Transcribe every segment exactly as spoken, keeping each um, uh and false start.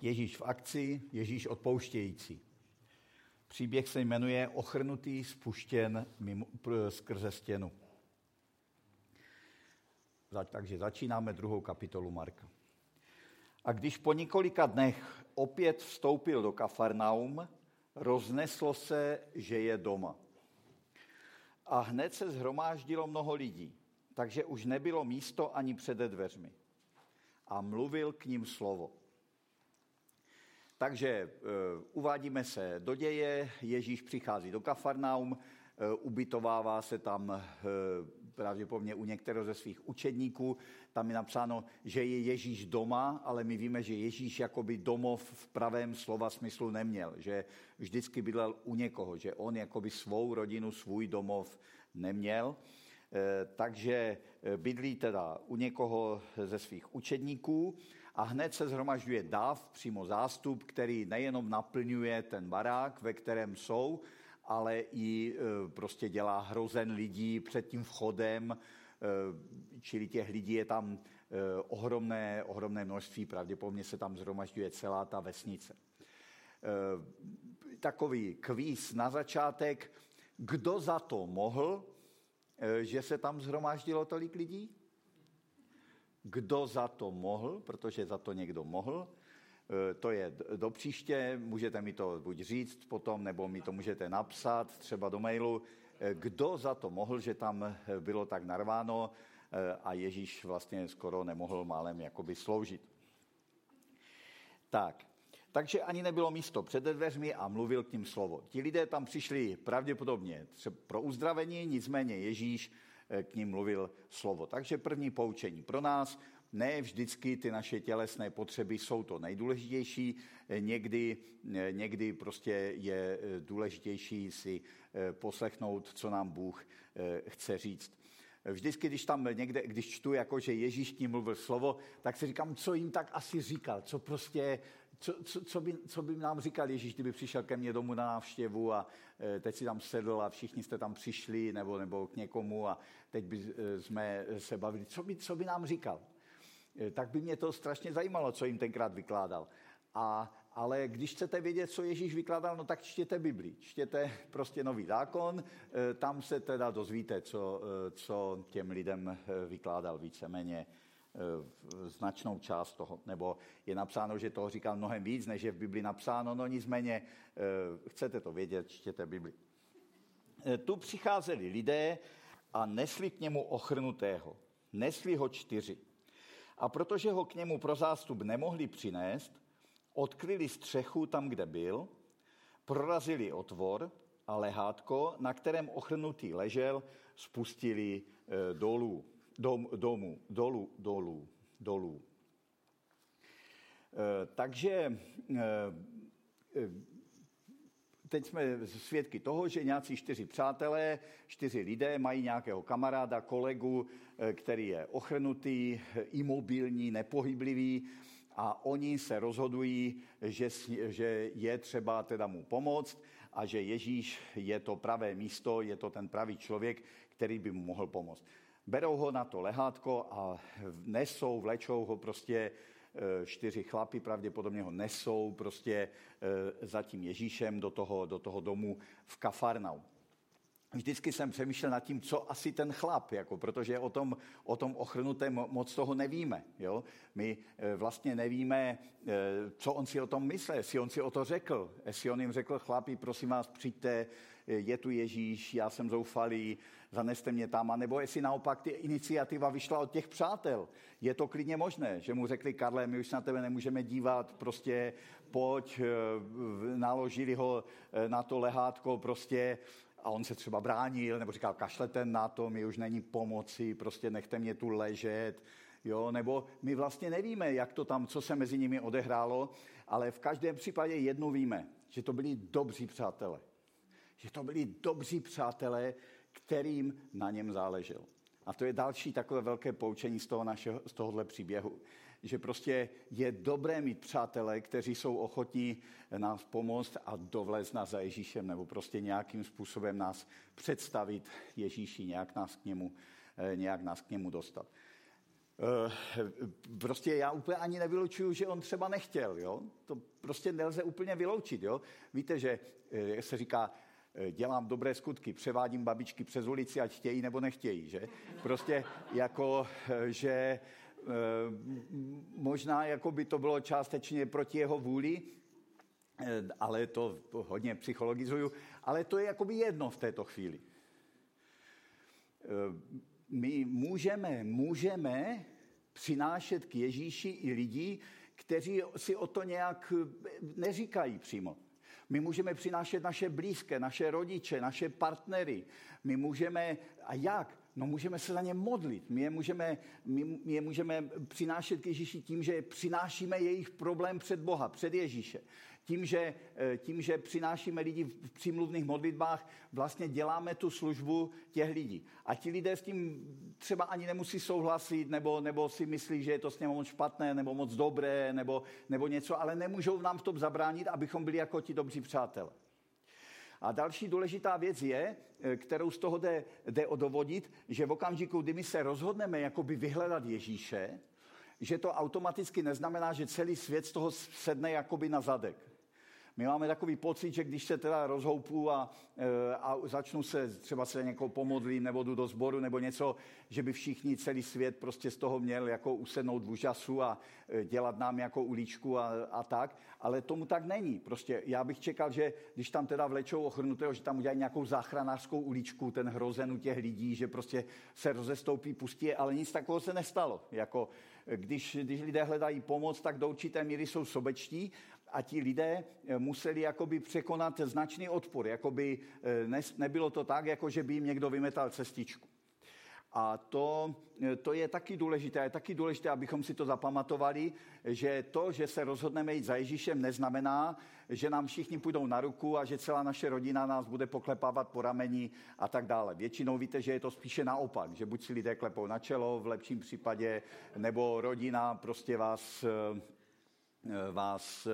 Ježíš v akci, Ježíš odpouštějící. Příběh se jmenuje Ochrnutý spuštěn mimo, skrze stěnu. Takže začínáme druhou kapitolu Marka. A když po několika dnech opět vstoupil do Kafarnaum, rozneslo se, že je doma. A hned se shromáždilo mnoho lidí, takže už nebylo místo ani před dveřmi. A mluvil k ním slovo. Takže uh, uvádíme se do děje, Ježíš přichází do Kafarnaum, uh, ubytovává se tam uh, pravděpodobně u některého ze svých učedníků. Tam je napsáno, že je Ježíš doma, ale my víme, že Ježíš jakoby domov v pravém slova smyslu neměl, že vždycky bydlel u někoho, že on jakoby svou rodinu, svůj domov neměl. Takže bydlí teda u někoho ze svých učedníků a hned se shromažďuje dáv, přímo zástup, který nejenom naplňuje ten barák, ve kterém jsou, ale i prostě dělá hrozen lidí před tím vchodem, čili těch lidí je tam ohromné, ohromné množství, pravděpodobně se tam shromažďuje celá ta vesnice. Takový kvíz na začátek, kdo za to mohl, že se tam shromáždilo tolik lidí? Kdo za to mohl, protože za to někdo mohl? To je do příště, můžete mi to buď říct potom, nebo mi to můžete napsat třeba do mailu. Kdo za to mohl, že tam bylo tak narváno a Ježíš vlastně skoro nemohl málem jakoby sloužit. Tak. Takže ani nebylo místo před dveřmi a mluvil k ním slovo. Ti lidé tam přišli pravděpodobně třeba pro uzdravení, nicméně Ježíš k ním mluvil slovo. Takže první poučení pro nás, ne vždycky ty naše tělesné potřeby jsou to nejdůležitější, někdy, někdy prostě je důležitější si poslechnout, co nám Bůh chce říct. Vždycky, když tam někde, když čtu, jako, že Ježíš k ním mluvil slovo, tak si říkám, co jim tak asi říkal, co prostě, co, co, co, by, co by nám říkal Ježíš, kdyby přišel ke mně domů na návštěvu a teď si tam sedl a všichni jste tam přišli nebo, nebo k někomu a teď by jsme se bavili, co by, co by nám říkal. Tak by mě to strašně zajímalo, co jim tenkrát vykládal. A, ale když chcete vědět, co Ježíš vykládal, no tak čtěte Bibli, čtěte prostě Nový zákon, tam se teda dozvíte, co, co těm lidem vykládal víceméně značnou část toho, nebo je napsáno, že toho říkal mnohem víc, než je v Bibli napsáno, no nicméně chcete to vědět, čtěte Bibli. Tu přicházeli lidé a nesli k němu ochrnutého, nesli ho čtyři. A protože ho k němu pro zástup nemohli přinést, odkryli střechu tam, kde byl, prorazili otvor a lehátko, na kterém ochrnutý ležel, spustili e, dolů, dom, domů, dolů, dolů, dolů. E, takže e, teď jsme svědky toho, že nějací čtyři přátelé, čtyři lidé mají nějakého kamaráda, kolegu, který je ochrnutý, imobilní, nepohyblivý, a oni se rozhodují, že, že je třeba teda mu pomoct a že Ježíš je to pravé místo, je to ten pravý člověk, který by mu mohl pomoct. Berou ho na to lehátko a nesou, vlečou ho prostě čtyři chlapi, pravděpodobně ho nesou prostě za tím Ježíšem do toho, do toho domu v Kafarnaum. Vždycky jsem přemýšlel nad tím, co asi ten chlap, jako, protože o tom, o tom ochrnutém moc toho nevíme. Jo? My vlastně nevíme, co on si o tom myslel, jestli on si o to řekl. Jestli on jim řekl, chlapi, prosím vás, přijďte, je tu Ježíš, já jsem zoufalý, zaneste mě tam, anebo jestli naopak ty iniciativa vyšla od těch přátel. Je to klidně možné, že mu řekli, Karle, my už na tebe nemůžeme dívat, prostě pojď, naložili ho na to lehátko, prostě. A on se třeba bránil, nebo říkal, kašlete na to, mi už není pomoci, prostě nechte mě tu ležet, jo, nebo my vlastně nevíme, jak to tam, co se mezi nimi odehrálo, ale v každém případě jednu víme, že to byli dobří přátelé. Že to byli dobří přátelé, kterým na něm záleželo. A to je další takové velké poučení z toho našeho, z tohohle příběhu. Že prostě je dobré mít přátelé, kteří jsou ochotní nás pomoct a dovlézt nás za Ježíšem, nebo prostě nějakým způsobem nás představit Ježíši, nějak nás k němu, nějak nás k němu dostat. Prostě já úplně ani nevylučuju, že on třeba nechtěl, jo? To prostě nelze úplně vyloučit, jo? Víte, že se říká, dělám dobré skutky, převádím babičky přes ulici, ať chtějí nebo nechtějí, že? Prostě jako, že možná jako by to bylo částečně proti jeho vůli, ale to hodně psychologizuju, ale to je jakoby jedno v této chvíli. My můžeme, můžeme přinášet k Ježíši i lidi, kteří si o to nějak neříkají přímo. My můžeme přinášet naše blízké, naše rodiče, naše partnery. My můžeme, a jak? No můžeme se za ně modlit. My je můžeme, my je můžeme přinášet k Ježíši tím, že přinášíme jejich problém před Boha, před Ježíše. Tím že, tím, že přinášíme lidi v přímluvných modlitbách, vlastně děláme tu službu těch lidí. A ti lidé s tím třeba ani nemusí souhlasit, nebo, nebo si myslí, že je to s ním moc špatné, nebo moc dobré, nebo, nebo něco, ale nemůžou nám v tom zabránit, abychom byli jako ti dobří přátelé. A další důležitá věc je, kterou z toho jde, jde odovodit, že v okamžiku, kdy my se rozhodneme jakoby vyhledat Ježíše, že to automaticky neznamená, že celý svět z toho sedne jakoby na zadek. My máme takový pocit, že když se teda rozhoupu a, a začnu se, třeba se někoho pomodlím, nebo jdu do sboru, nebo něco, že by všichni, celý svět prostě z toho měl jako usednout v úžasu a dělat nám jako uličku a, a tak, ale tomu tak není. Prostě já bych čekal, že když tam teda vlečou ochrnutého, že tam udělají nějakou záchranářskou uličku, ten hrozen u těch lidí, že prostě se rozestoupí, pustí je, ale nic takového se nestalo. Jako, když, když lidé hledají pomoc, tak do určité míry jsou sobečtí, a ti lidé museli jakoby překonat značný odpor. Jakoby ne, nebylo to tak, jako že by jim někdo vymetal cestičku. A to, to je taky důležité. Je taky důležité, abychom si to zapamatovali, že to, že se rozhodneme jít za Ježíšem, neznamená, že nám všichni půjdou na ruku a že celá naše rodina nás bude poklepávat po rameni a tak dále. Většinou víte, že je to spíše naopak, že buď si lidé klepou na čelo v lepším případě, nebo rodina prostě vás... vás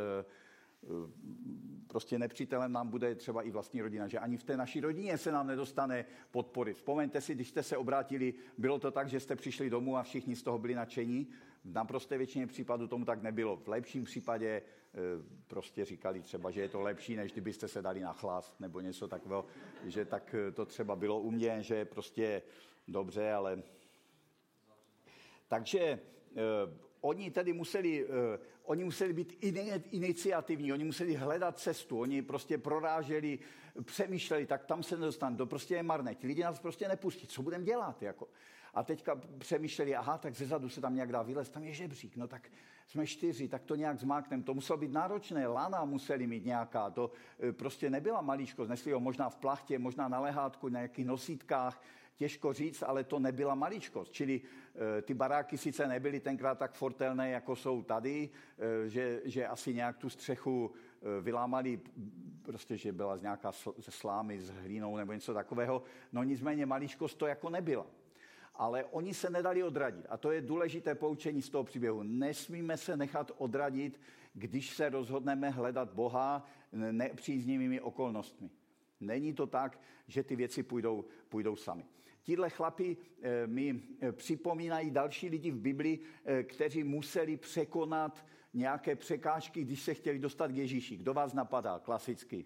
prostě nepřítelem nám bude třeba i vlastní rodina, že ani v té naší rodině se nám nedostane podpory. Vzpomeňte si, když jste se obrátili, bylo to tak, že jste přišli domů a všichni z toho byli nadšení. V naprosté většině případů tomu tak nebylo. V lepším případě prostě říkali třeba, že je to lepší, než kdybyste se dali na chlast nebo něco takového, že tak to třeba bylo u mě, že prostě dobře, ale... Takže... Oni tedy museli, uh, oni museli být iniciativní, oni museli hledat cestu, oni prostě proráželi, přemýšleli, tak tam se nedostane, to prostě je marné, ti lidi nás prostě nepustí, co budeme dělat, jako. A teďka přemýšleli, aha, tak zezadu se tam nějak dá vylézt, tam je žebřík, no tak jsme čtyři, tak to nějak zmákneme, to muselo být náročné, lana museli mít nějaká, to uh, prostě nebyla maličkost, nesli ho možná v plachtě, možná na lehátku, na nějakých nosítkách, těžko říct, ale to nebyla maličkost. Čili e, ty baráky sice nebyly tenkrát tak fortelné, jako jsou tady, e, že, že asi nějak tu střechu e, vylámali, prostě, že byla z nějaká sl- ze slámy s hlínou nebo něco takového. No nicméně maličkost to jako nebyla. Ale oni se nedali odradit. A to je důležité poučení z toho příběhu. Nesmíme se nechat odradit, když se rozhodneme hledat Boha nepříznivými okolnostmi. Není to tak, že ty věci půjdou, půjdou sami. Tíhle chlapi e, mi připomínají další lidi v Biblii, e, kteří museli překonat nějaké překážky, když se chtěli dostat k Ježíši. Kdo vás napadá klasicky?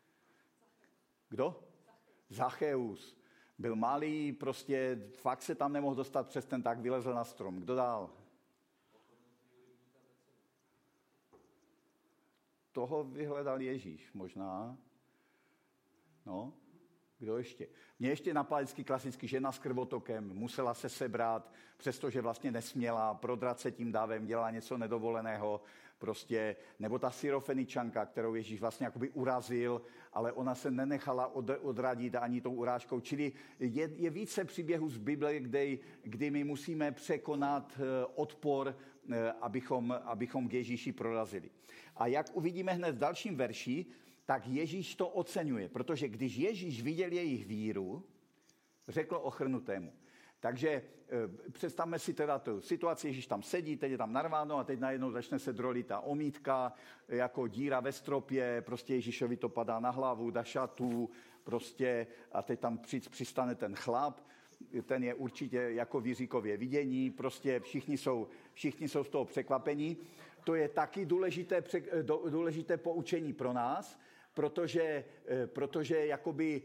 Kdo? Zacheus. Byl malý, prostě fakt se tam nemohl dostat přes ten, tak vylezl na strom. Kdo dál? Toho vyhledal Ježíš možná. No, kdo ještě? Mě ještě napadá vždycky klasicky žena s krvotokem, musela se sebrat, přestože vlastně nesměla, prodrat se tím davem, dělala něco nedovoleného, prostě, nebo ta Syrofeničanka, kterou Ježíš vlastně jakoby urazil, ale ona se nenechala od, odradit ani tou urážkou. Čili je, je více příběhů z Bible, kde, kdy my musíme překonat odpor, abychom, abychom k Ježíši prorazili. A jak uvidíme hned v dalším verši, tak Ježíš to oceňuje, protože když Ježíš viděl jejich víru, řekl ochrnutému. Takže e, představme si teda tu situaci, Ježíš tam sedí, teď je tam narváno a teď najednou začne se drolit ta omítka, jako díra ve stropě, prostě Ježíšovi to padá na hlavu, da šatu, prostě a teď tam přistane ten chlap ten je určitě jako Jiříkově vidění, prostě všichni jsou, všichni jsou z toho překvapení. To je taky důležité, důležité poučení pro nás, protože, protože jakoby,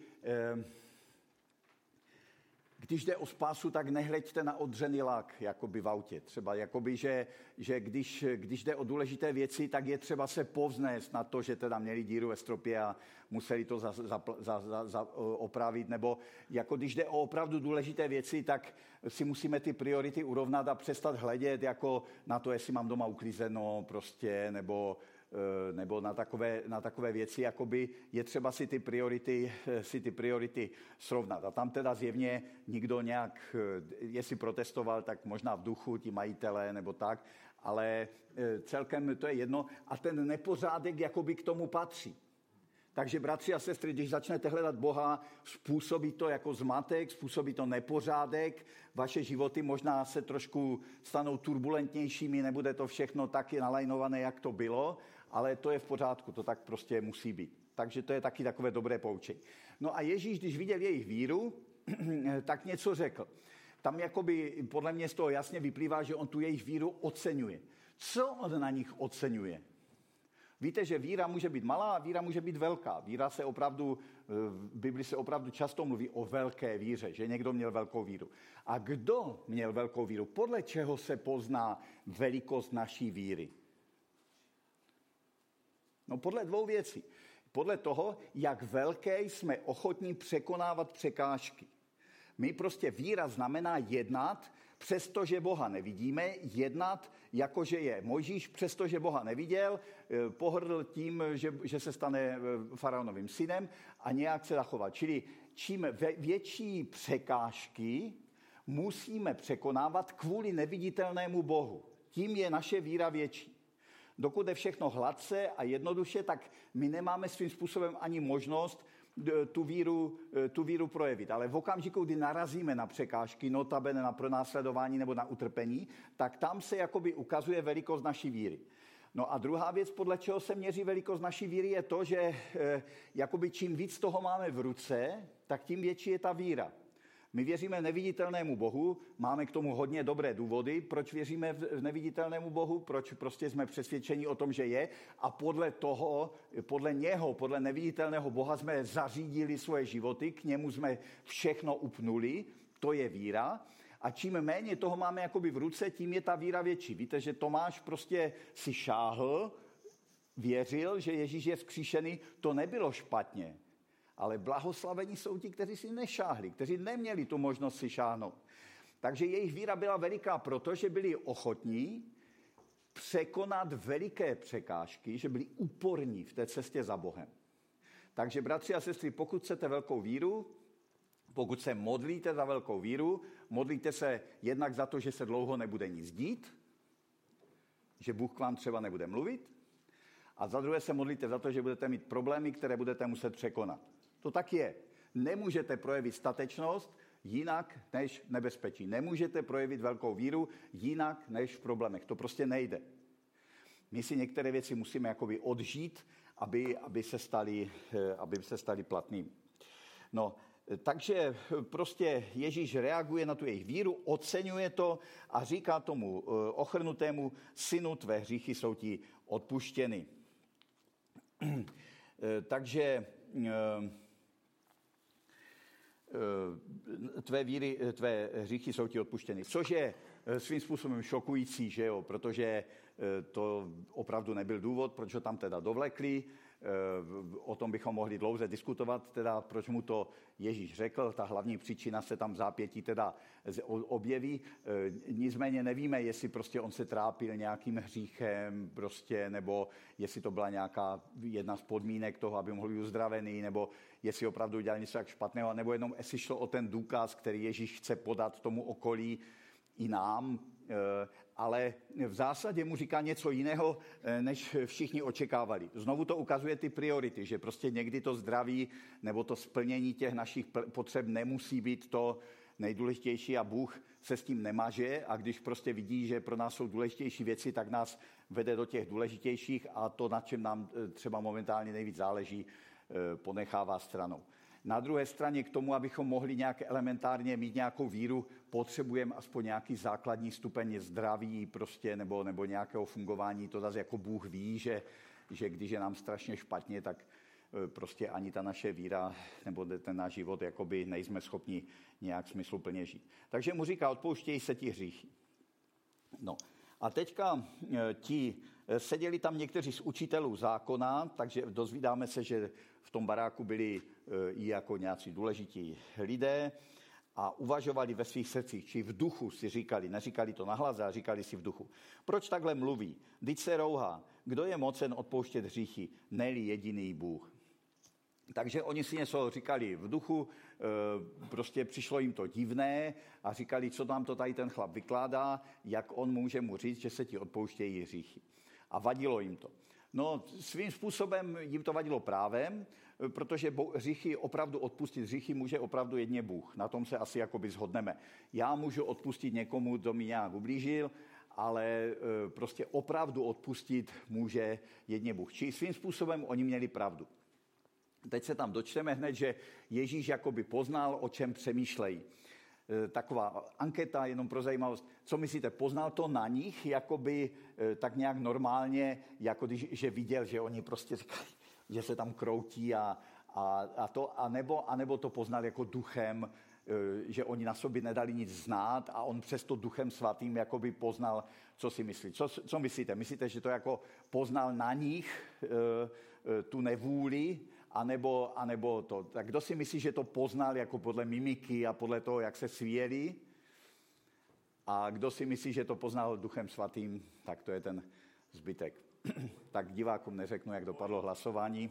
když jde o spásu, tak nehleďte na odřený lak, jakoby v autě. Třeba, jakoby, že, že když, když jde o důležité věci, tak je třeba se povznést na to, že teda měli díru ve stropě a museli to za, za, za, za, za, opravit. Nebo jako když jde o opravdu důležité věci, tak si musíme ty priority urovnat a přestat hledět jako na to, jestli mám doma uklízeno prostě, nebo... nebo na takové, na takové věci, jakoby je třeba si ty priority, si ty priority srovnat. A tam teda zjevně nikdo nějak, jestli protestoval, tak možná v duchu ti majitelé nebo tak, ale celkem to je jedno. A ten nepořádek jakoby k tomu patří. Takže bratři a sestry, když začnete hledat Boha, způsobí to jako zmatek, způsobí to nepořádek, vaše životy možná se trošku stanou turbulentnějšími, nebude to všechno taky nalajnované, jak to bylo, ale to je v pořádku, to tak prostě musí být. Takže to je taky takové dobré poučení. No a Ježíš, když viděl jejich víru, tak něco řekl. Tam jakoby podle mě z toho jasně vyplývá, že on tu jejich víru oceňuje. Co on na nich oceňuje? Víte, že víra může být malá a víra může být velká. Víra se opravdu, v Bibli se opravdu často mluví o velké víře, že někdo měl velkou víru. A kdo měl velkou víru? Podle čeho se pozná velikost naší víry? No podle dvou věcí. Podle toho, jak velké jsme ochotní překonávat překážky. My prostě víra znamená jednat, přestože Boha nevidíme, jednat, jakože je Mojžíš, přestože Boha neviděl, pohrdl tím, že, že se stane faraonovým synem a nějak se zachovat. Čili čím větší překážky musíme překonávat kvůli neviditelnému Bohu, tím je naše víra větší. Dokud je všechno hladce a jednoduše, tak my nemáme svým způsobem ani možnost tu víru, tu víru projevit. Ale v okamžiku, kdy narazíme na překážky, notabene na pronásledování nebo na utrpení, tak tam se jakoby ukazuje velikost naší víry. No a druhá věc, podle čeho se měří velikost naší víry, je to, že eh, jakoby čím víc toho máme v ruce, tak tím větší je ta víra. My věříme neviditelnému Bohu, máme k tomu hodně dobré důvody, proč věříme v neviditelnému Bohu, proč prostě jsme přesvědčeni o tom, že je a podle toho, podle něho, podle neviditelného Boha jsme zařídili svoje životy, k němu jsme všechno upnuli, to je víra. A čím méně toho máme jakoby v ruce, tím je ta víra větší. Víte, že Tomáš prostě si šáhl, věřil, že Ježíš je vzkříšený, to nebylo špatně. Ale blahoslavení jsou ti, kteří si nešáhli, kteří neměli tu možnost si šáhnout. Takže jejich víra byla veliká, protože byli ochotní překonat veliké překážky, že byli úporní v té cestě za Bohem. Takže bratři a sestry, pokud chcete velkou víru, pokud se modlíte za velkou víru, modlíte se jednak za to, že se dlouho nebude nic dít, že Bůh k vám třeba nebude mluvit, a za druhé se modlíte za to, že budete mít problémy, které budete muset překonat. To tak je. Nemůžete projevit statečnost jinak než nebezpečí. Nemůžete projevit velkou víru jinak než v problémech. To prostě nejde. My si některé věci musíme jakoby odžít, aby, aby, se, stali, aby se stali platnými. No, takže prostě Ježíš reaguje na tu jejich víru, oceňuje to a říká tomu ochrnutému: synu, tvé hříchy jsou ti odpuštěny. Takže tvé víry, tvé hříchy jsou ti odpuštěny. Což je svým způsobem šokující, že jo? Protože to opravdu nebyl důvod, proč ho tam teda dovlekli. O tom bychom mohli dlouze diskutovat, teda proč mu to Ježíš řekl. Ta hlavní příčina se tam v zápětí teda objeví. Nicméně nevíme, jestli prostě on se trápil nějakým hříchem, prostě, nebo jestli to byla nějaká jedna z podmínek toho, aby mohl být uzdravený, nebo jestli opravdu udělal něco tak špatného, nebo jenom jestli šlo o ten důkaz, který Ježíš chce podat tomu okolí i nám, ale v zásadě mu říká něco jiného, než všichni očekávali. Znovu to ukazuje ty priority, že prostě někdy to zdraví nebo to splnění těch našich potřeb nemusí být to nejdůležitější a Bůh se s tím nemaže a když prostě vidí, že pro nás jsou důležitější věci, tak nás vede do těch důležitějších a to, na čem nám třeba momentálně nejvíc záleží, ponechává stranou. Na druhé straně k tomu, abychom mohli nějak elementárně mít nějakou víru, potřebujeme aspoň nějaký základní stupeň zdraví prostě, nebo, nebo nějakého fungování. To zase jako Bůh ví, že, že když je nám strašně špatně, tak prostě ani ta naše víra nebo ten náš život jakoby nejsme schopni nějak smysluplně žít. Takže mu říká, odpouštěj se ti hříchy. No a teďka ti seděli tam někteří z učitelů zákona, takže dozvídáme se, že v tom baráku byli i jako nějací důležití lidé a uvažovali ve svých srdcích, či v duchu si říkali, neříkali to nahlas, ale říkali si v duchu. Proč takhle mluví? Vždyť se rouhá. Kdo je mocen odpouštět hříchy? Ne-li jediný Bůh. Takže oni si něco říkali v duchu, prostě přišlo jim to divné a říkali, co nám to tady ten chlap vykládá, jak on může mu říct, že se ti odpouštějí hříchy. A vadilo jim to. No, svým způsobem jim to vadilo právem, protože hříchy, opravdu odpustit hříchy může opravdu jedině Bůh. Na tom se asi jakoby shodneme. Já můžu odpustit někomu, kdo mi nějak ublížil, ale prostě opravdu odpustit může jedině Bůh. Či svým způsobem oni měli pravdu. Teď se tam dočteme hned, že Ježíš jakoby poznal, o čem přemýšlejí. Taková anketa, jenom pro zajímavost. Co myslíte, poznal to na nich, jakoby tak nějak normálně, jako když, že viděl, že oni prostě říkají, že se tam kroutí a, a, a to, anebo, anebo to poznal jako duchem, že oni na sobě nedali nic znát a on přesto duchem svatým jakoby poznal, co si myslí. Co, co myslíte? Myslíte, že to jako poznal na nich tu nevůli, anebo, anebo to. Tak kdo si myslí, že to poznal jako podle mimiky a podle toho, jak se svěli? A kdo si myslí, že to poznal duchem svatým? Tak to je ten zbytek. Tak divákům neřeknu, jak dopadlo hlasování.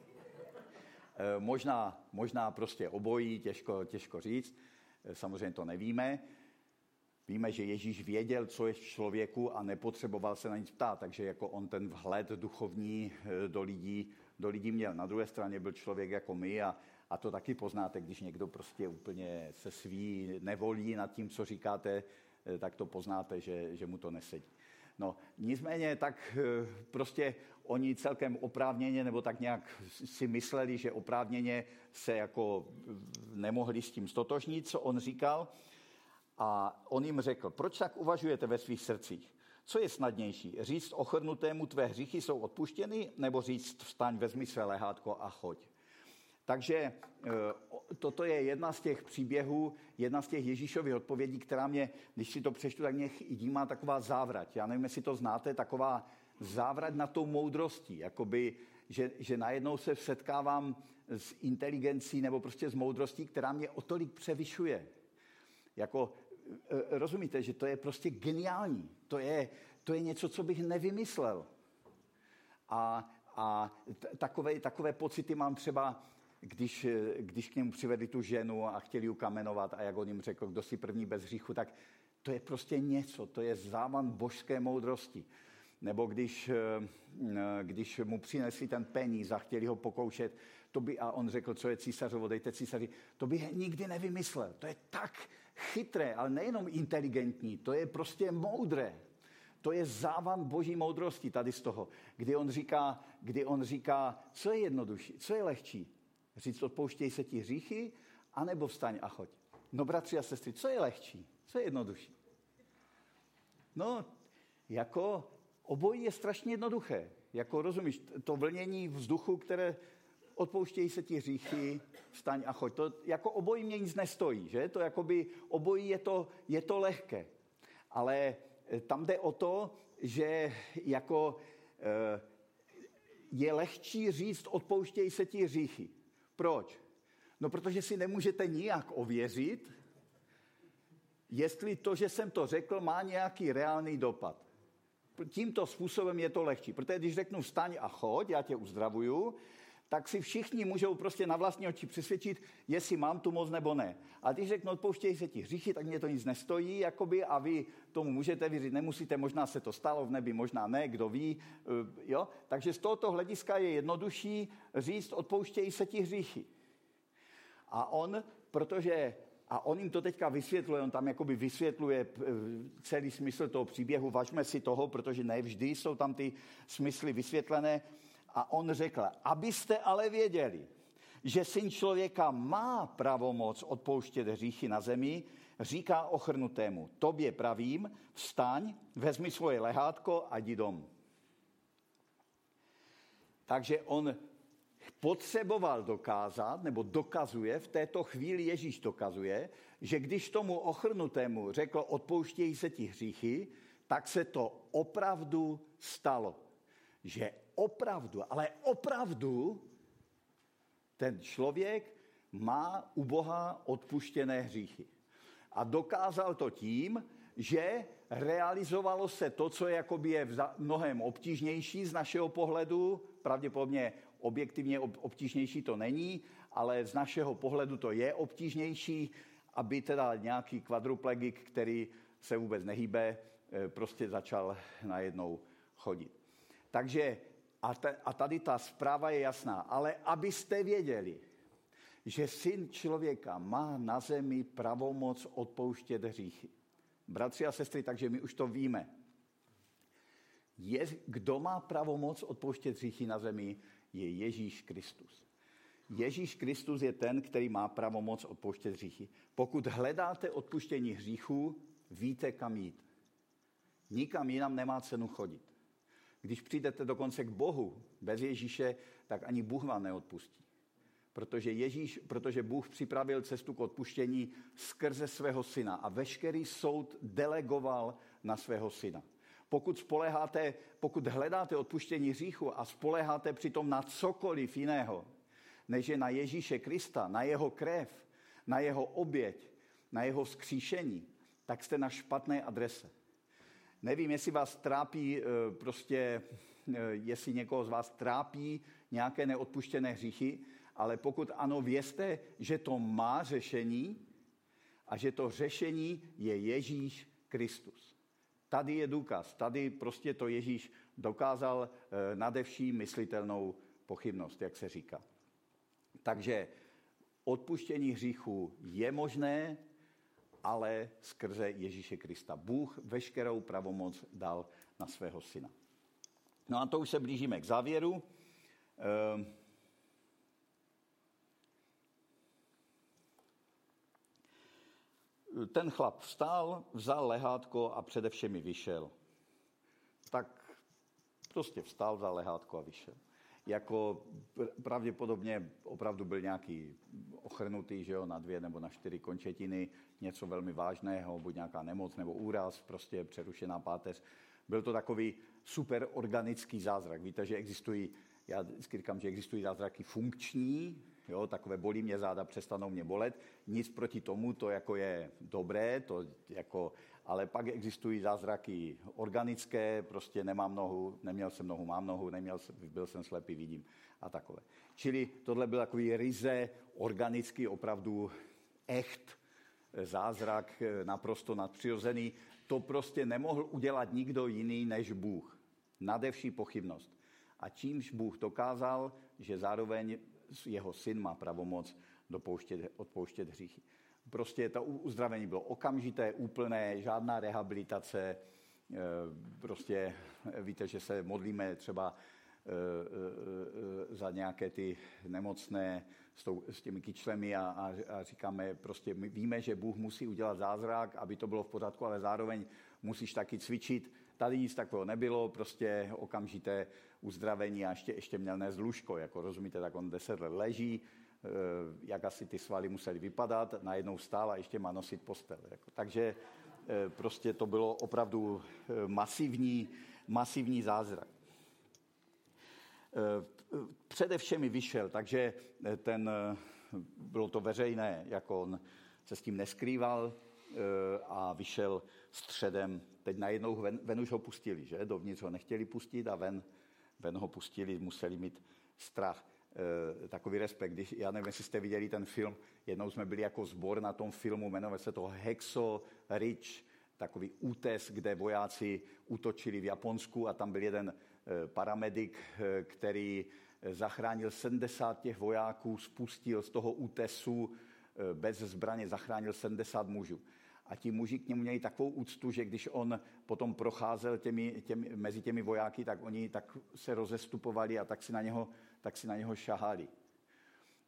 E, možná, možná prostě obojí, těžko, těžko říct. E, samozřejmě to nevíme. Víme, že Ježíš věděl, co je v člověku a nepotřeboval se na nic ptát, takže jako on ten vhled duchovní do lidí, do lidí měl. Na druhé straně byl člověk jako my a, a to taky poznáte, když někdo prostě úplně se sví nevolí nad tím, co říkáte, tak to poznáte, že, že mu to nesedí. No, nicméně tak prostě oni celkem oprávněně, nebo tak nějak si mysleli, že oprávněně se jako nemohli s tím stotožnit, co on říkal. A on jim řekl, proč tak uvažujete ve svých srdcích? Co je snadnější? Říct ochrnutému, tvé hříchy jsou odpuštěny, nebo říct vstaň, vezmi své lehátko a choď. Takže toto je jedna z těch příběhů, jedna z těch Ježíšových odpovědí, která mě, když si to přečtu, tak mě jímá taková závrať. Já nevím, jestli to znáte, taková závrať na tou moudrostí, jakoby, že, že najednou se setkávám s inteligencí nebo prostě s moudrostí, která mě o tolik převyšuje. Jako, rozumíte, že to je prostě geniální. To je, to je něco, co bych nevymyslel. A, a takové, takové pocity mám třeba, když, když k němu přivedli tu ženu a chtěli ji kamenovat a jak on jim řekl, kdo si první bez hříchu, tak to je prostě něco, to je závan božské moudrosti. Nebo když, když mu přinesli ten peníz a chtěli ho pokoušet, to by, a on řekl, co je císařovo, dejte císaři, to bych nikdy nevymyslel. To je tak chytré, ale nejenom inteligentní, to je prostě moudré. To je závan boží moudrosti tady z toho, kdy on říká, kdy on říká, co je jednodušší, co je lehčí? Říct, odpouštěj se ti hříchy, anebo vstaň a choď. No bratři a sestry, co je lehčí? Co je jednodušší? No, jako obojí je strašně jednoduché. Jako rozumíš, to vlnění vzduchu, které odpouštějí se ti hříchy, vstaň a choď. To jako obojí mě nic nestojí, že? To jakoby obojí je to, je to lehké. Ale tam jde o to, že jako je lehčí říct, odpouštěj se ti hříchy. Proč? No, protože si nemůžete nijak ověřit, jestli to, že jsem to řekl, má nějaký reálný dopad. Tímto způsobem je to lehčí. Protože když řeknu vstaň a choď, já tě uzdravuju, tak si všichni můžou prostě na vlastní oči přesvědčit, jestli mám tu moc nebo ne. A když řeknu, odpouštěj se ti hříchy, tak mě to nic nestojí, jakoby, a vy tomu můžete věřit, nemusíte, možná se to stalo v nebi, možná ne, kdo ví. Jo? Takže z tohoto hlediska je jednodušší říct, odpouštěj se ti hříchy. A on, protože, a on jim to teďka vysvětluje, on tam jakoby vysvětluje celý smysl toho příběhu, važme si toho, protože ne vždy jsou tam ty smysly vysvětlené. A on řekl, abyste ale věděli, že Syn člověka má pravomoc odpouštět hříchy na zemi, říká ochrnutému, tobě pravím, vstaň, vezmi svoje lehátko a jdi dom. Takže on potřeboval dokázat, nebo dokazuje, v této chvíli Ježíš dokazuje, že když tomu ochrnutému řekl, odpouštějí se ti hříchy, tak se to opravdu stalo. Že opravdu, ale opravdu ten člověk má u Boha odpuštěné hříchy. A dokázal to tím, že realizovalo se to, co jakoby je mnohem obtížnější z našeho pohledu, pravděpodobně objektivně obtížnější to není, ale z našeho pohledu to je obtížnější, aby teda nějaký kvadruplegik, který se vůbec nehýbe, prostě začal najednou chodit. Takže a tady ta zpráva je jasná, ale abyste věděli, že Syn člověka má na zemi pravomoc odpouštět hříchy. Bratři a sestry, takže my už to víme. Je, kdo má pravomoc odpouštět hříchy na zemi, je Ježíš Kristus. Ježíš Kristus je ten, který má pravomoc odpouštět hříchy. Pokud hledáte odpuštění hříchů, víte, kam jít. Nikam jinam nemá cenu chodit. Když přijdete dokonce k Bohu bez Ježíše, tak ani Bůh vám neodpustí. Protože, Ježíš, protože Bůh připravil cestu k odpuštění skrze svého syna a veškerý soud delegoval na svého syna. Pokud spoléháte, pokud hledáte odpuštění hříchu a spoléháte přitom na cokoliv jiného, než je na Ježíše Krista, na jeho krev, na jeho oběť, na jeho vzkříšení, tak jste na špatné adrese. Nevím, jestli vás trápí, prostě, jestli někoho z vás trápí nějaké neodpuštěné hříchy, ale pokud ano, vězte, že to má řešení a že to řešení je Ježíš Kristus. Tady je důkaz, tady prostě to Ježíš dokázal nade vší myslitelnou pochybnost, jak se říká. Takže odpuštění hříchů je možné, ale skrze Ježíše Krista. Bůh veškerou pravomoc dal na svého syna. No a to už se blížíme k závěru. Ten chlap vstál, vzal lehátko a přede všemi vyšel. Tak prostě vstál, vzal lehátko a vyšel. Jako pravděpodobně opravdu byl nějaký ochrnutý, že jo, na dvě nebo na čtyři končetiny, něco velmi vážného, buď nějaká nemoc nebo úraz, prostě přerušená páteř. Byl to takový super organický zázrak. Víte, že existují, já vždycky říkám, že existují zázraky funkční, jo, takové bolí mě záda, přestanou mě bolet. Nic proti tomu, to jako je dobré, to jako, ale pak existují zázraky organické, prostě nemám nohu, neměl jsem nohu, mám nohu, neměl jsem, byl jsem slepý, vidím a takové. Čili tohle byl takový ryze organický, opravdu echt zázrak, naprosto nadpřirozený. To prostě nemohl udělat nikdo jiný než Bůh. Nade vší pochybnost. A čímž Bůh dokázal, že zároveň jeho syn má pravomoc dopouštět, odpouštět hříchy. Prostě to uzdravení bylo okamžité, úplné, žádná rehabilitace. Prostě víte, že se modlíme třeba za nějaké ty nemocné s, tou, s těmi kyčlemi a, a, a říkáme, prostě my víme, že Bůh musí udělat zázrak, aby to bylo v pořádku, ale zároveň musíš taky cvičit. Tady nic takového nebylo, prostě okamžité uzdravení a ještě, ještě měl nést lůžko, jako rozumíte, tak on deset let leží, jak asi ty svaly musely vypadat, najednou stál a ještě má nosit postel. Jako. Takže prostě to bylo opravdu masivní, masivní zázrak. Především mi vyšel, takže ten, bylo to veřejné, jako on se s tím neskrýval a vyšel středem. Teď najednou ven, ven už ho pustili, že? Dovnitř ho nechtěli pustit a ven, ven ho pustili, museli mít strach. E, takový respekt. Když, já nevím, jestli jste viděli ten film, jednou jsme byli jako sbor na tom filmu, jmenuje se to Hexo Ridge, takový útes, kde vojáci útočili v Japonsku a tam byl jeden paramedik, který zachránil sedmdesát těch vojáků, spustil z toho útesu bez zbraně, zachránil sedmdesát mužů. A ti muži k němu měli takovou úctu, že když on potom procházel těmi, těmi, mezi těmi vojáky, tak oni tak se rozestupovali a tak si na něho, tak si na něho šahali.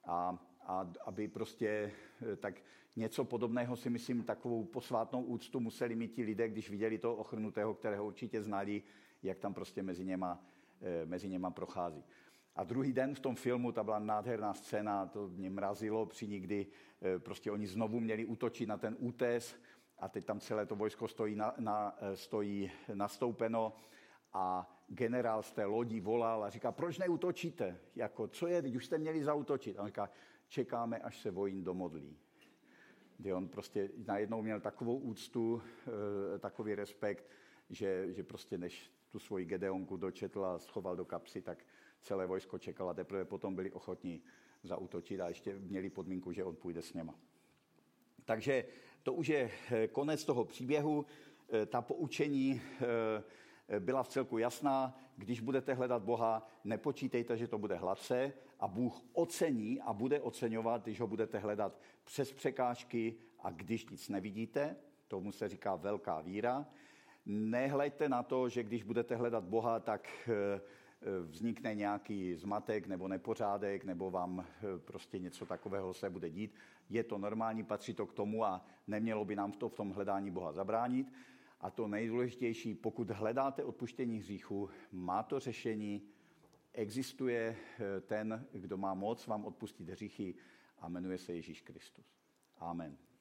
a, a aby prostě tak něco podobného si myslím, takovou posvátnou úctu museli mít ti lidé, když viděli toho ochrnutého, kterého určitě znali, jak tam prostě mezi něma, mezi něma prochází. A druhý den v tom filmu, ta byla nádherná scéna, to mě mrazilo při nikdy, prostě oni znovu měli útočit na ten útes a teď tam celé to vojsko stojí, na, na, stojí nastoupeno a generál z té lodi volal a říká, proč neútočíte? Jako, co je, teď už jste měli zaútočit. A on říká, čekáme, až se vojín domodlí. Kdy on prostě najednou měl takovou úctu, takový respekt, že, že prostě než tu svoji Gedeonku dočetl a schoval do kapsy, tak celé vojsko čekalo a teprve potom byli ochotní zaútočit a ještě měli podmínku, že on půjde s něma. Takže to už je konec toho příběhu. Ta poučení byla v celku jasná. Když budete hledat Boha, nepočítejte, že to bude hladce a Bůh ocení a bude oceňovat, když ho budete hledat přes překážky a když nic nevidíte. Tomu se říká velká víra. Nehleďte na to, že když budete hledat Boha, tak vznikne nějaký zmatek nebo nepořádek, nebo vám prostě něco takového se bude dít. Je to normální, patří to k tomu a nemělo by nám to v tom hledání Boha zabránit. A to nejdůležitější, pokud hledáte odpuštění hříchu, má to řešení, existuje ten, kdo má moc vám odpustit hříchy a jmenuje se Ježíš Kristus. Amen.